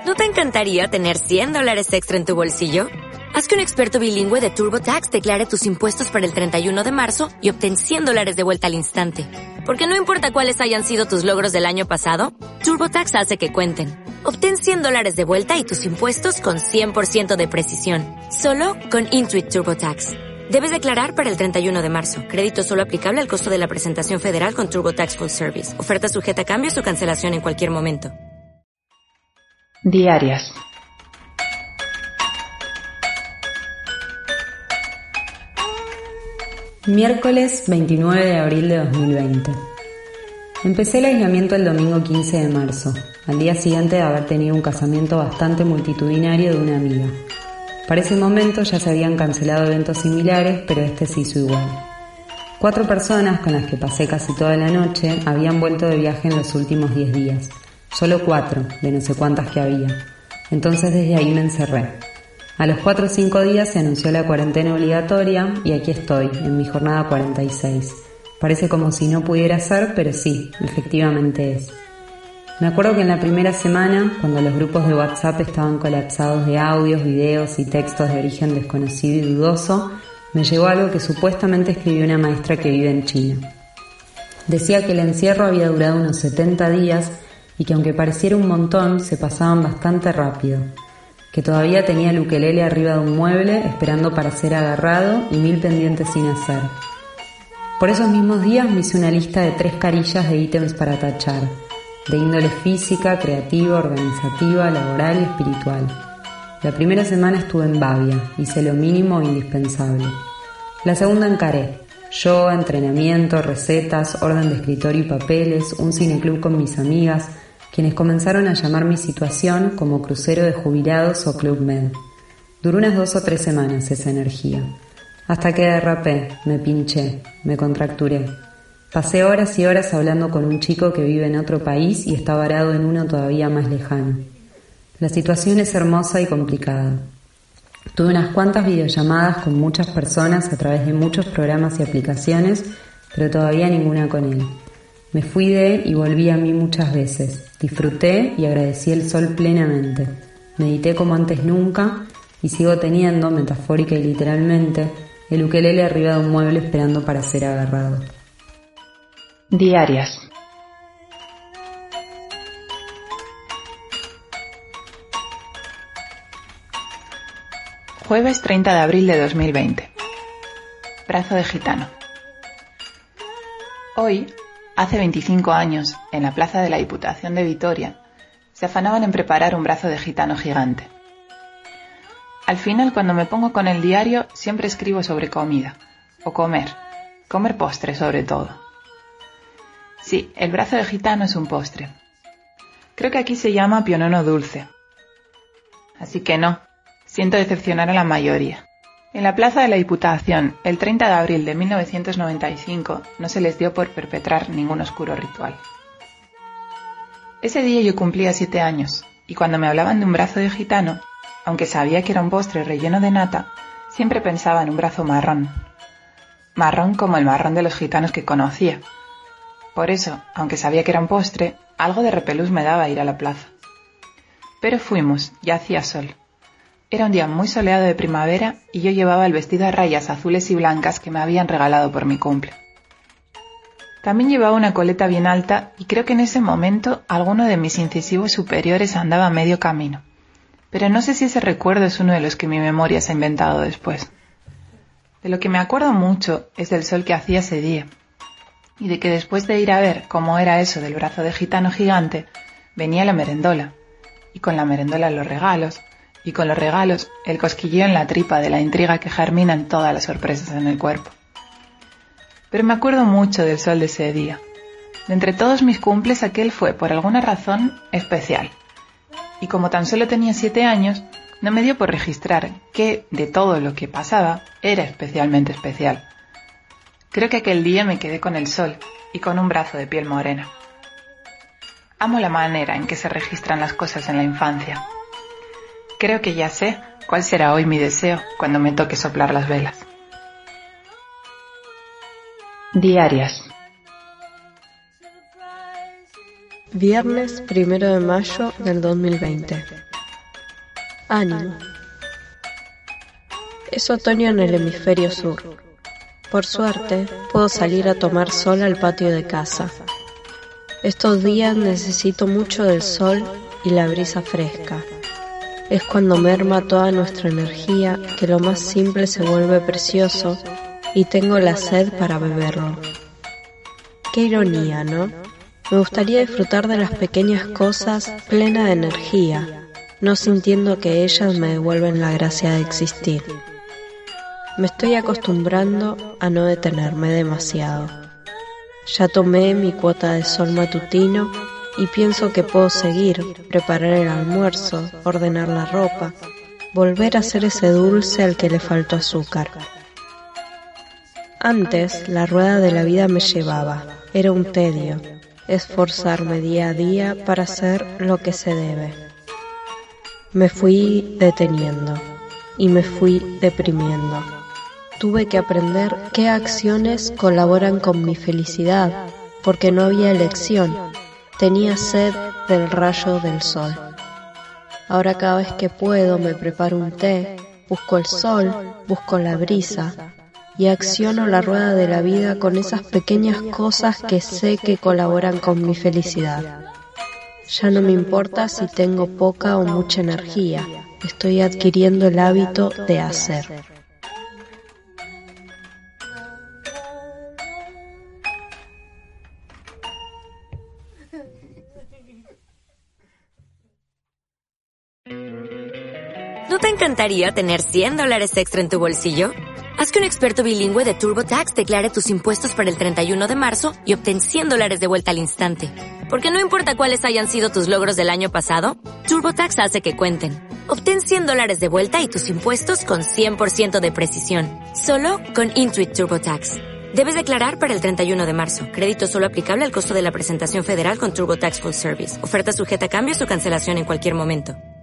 ¿No te encantaría tener $100 extra en tu bolsillo? Haz que un experto bilingüe de TurboTax declare tus impuestos para el 31 de marzo y obtén $100 de vuelta al instante. Porque no importa cuáles hayan sido tus logros del año pasado, TurboTax hace que cuenten. Obtén $100 de vuelta y tus impuestos con 100% de precisión. Solo con Intuit TurboTax. Debes declarar para el 31 de marzo. Crédito solo aplicable al costo de la presentación federal con TurboTax Full Service. Oferta sujeta a cambios o cancelación en cualquier momento. Diarias. Miércoles 29 de abril de 2020. Empecé el aislamiento el domingo 15 de marzo, al día siguiente de haber tenido un casamiento bastante multitudinario de una amiga. Para ese momento ya se habían cancelado eventos similares, pero este se hizo igual. 4 personas con las que pasé casi toda la noche habían vuelto de viaje en los últimos 10 días. Solo 4, de no sé cuántas que había. Entonces desde ahí me encerré. A los 4 o 5 días se anunció la cuarentena obligatoria y aquí estoy, en mi jornada 46. Parece como si no pudiera ser, pero sí, efectivamente es. Me acuerdo que en la primera semana, cuando los grupos de WhatsApp estaban colapsados de audios, videos y textos de origen desconocido y dudoso, me llegó algo que supuestamente escribió una maestra que vive en China. Decía que el encierro había durado unos 70 días y que aunque pareciera un montón, se pasaban bastante rápido. Que todavía tenía el ukelele arriba de un mueble esperando para ser agarrado y 1000 pendientes sin hacer. Por esos mismos días me hice una lista de 3 carillas de ítems para tachar, de índole física, creativa, organizativa, laboral y espiritual. La primera semana estuve en Bavia, hice lo mínimo e indispensable. La segunda encaré, yoga, entrenamiento, recetas, orden de escritorio y papeles, un cineclub con mis amigas, quienes comenzaron a llamar mi situación como crucero de jubilados o Club Med. Duró unas 2 o 3 semanas esa energía, hasta que derrapé, me pinché, me contracturé. Pasé horas y horas hablando con un chico que vive en otro país y está varado en uno todavía más lejano. La situación es hermosa y complicada. Tuve unas cuantas videollamadas con muchas personas a través de muchos programas y aplicaciones, pero todavía ninguna con él. Me fui de él y volví a mí muchas veces. Disfruté y agradecí el sol plenamente. Medité como antes nunca y sigo teniendo, metafórica y literalmente, el ukelele arriba de un mueble esperando para ser agarrado. Diarias. Jueves 30 de abril de 2020. Brazo de gitano. Hoy, hace 25 años, en la plaza de la Diputación de Vitoria, se afanaban en preparar un brazo de gitano gigante. Al final, cuando me pongo con el diario, siempre escribo sobre comida, o comer postre sobre todo. Sí, el brazo de gitano es un postre. Creo que aquí se llama pionono dulce. Así que no, siento decepcionar a la mayoría. En la plaza de la Diputación, el 30 de abril de 1995, no se les dio por perpetrar ningún oscuro ritual. Ese día yo cumplía 7 años, y cuando me hablaban de un brazo de gitano, aunque sabía que era un postre relleno de nata, siempre pensaba en un brazo marrón. Marrón como el marrón de los gitanos que conocía. Por eso, aunque sabía que era un postre, algo de repelús me daba ir a la plaza. Pero fuimos, ya hacía sol. Era un día muy soleado de primavera y yo llevaba el vestido a rayas azules y blancas que me habían regalado por mi cumple. También llevaba una coleta bien alta y creo que en ese momento alguno de mis incisivos superiores andaba a medio camino. Pero no sé si ese recuerdo es uno de los que mi memoria se ha inventado después. De lo que me acuerdo mucho es del sol que hacía ese día, y de que después de ir a ver cómo era eso del brazo de gitano gigante, venía la merendola, y con la merendola los regalos, y con los regalos el cosquilleo en la tripa de la intriga que germina en todas las sorpresas en el cuerpo. Pero me acuerdo mucho del sol de ese día. De entre todos mis cumples aquel fue, por alguna razón, especial. Y como tan solo tenía 7 años, no me dio por registrar que, de todo lo que pasaba, era especialmente especial. Creo que aquel día me quedé con el sol y con un brazo de piel morena. Amo la manera en que se registran las cosas en la infancia. Creo que ya sé cuál será hoy mi deseo cuando me toque soplar las velas. Diarias. Viernes 1 de mayo del 2020. Ánimo. Es otoño en el hemisferio sur. Por suerte, puedo salir a tomar sol al patio de casa. Estos días necesito mucho del sol y la brisa fresca. Es cuando merma toda nuestra energía que lo más simple se vuelve precioso y tengo la sed para beberlo. Qué ironía, ¿no? Me gustaría disfrutar de las pequeñas cosas plena de energía, no sintiendo que ellas me devuelven la gracia de existir. Me estoy acostumbrando a no detenerme demasiado. Ya tomé mi cuota de sol matutino y pienso que puedo seguir, preparar el almuerzo, ordenar la ropa, volver a hacer ese dulce al que le faltó azúcar. Antes, la rueda de la vida me llevaba, era un tedio, esforzarme día a día para hacer lo que se debe. Me fui deteniendo y me fui deprimiendo. Tuve que aprender qué acciones colaboran con mi felicidad, porque no había elección. Tenía sed del rayo del sol. Ahora cada vez que puedo me preparo un té, busco el sol, busco la brisa y acciono la rueda de la vida con esas pequeñas cosas que sé que colaboran con mi felicidad. Ya no me importa si tengo poca o mucha energía, estoy adquiriendo el hábito de hacer. ¿No te encantaría tener $100 extra en tu bolsillo? Haz que un experto bilingüe de TurboTax declare tus impuestos para el 31 de marzo y obtén $100 de vuelta al instante. Porque no importa cuáles hayan sido tus logros del año pasado, TurboTax hace que cuenten. Obtén $100 de vuelta y tus impuestos con 100% de precisión. Solo con Intuit TurboTax. Debes declarar para el 31 de marzo. Crédito solo aplicable al costo de la presentación federal con TurboTax Full Service. Oferta sujeta a cambios o cancelación en cualquier momento.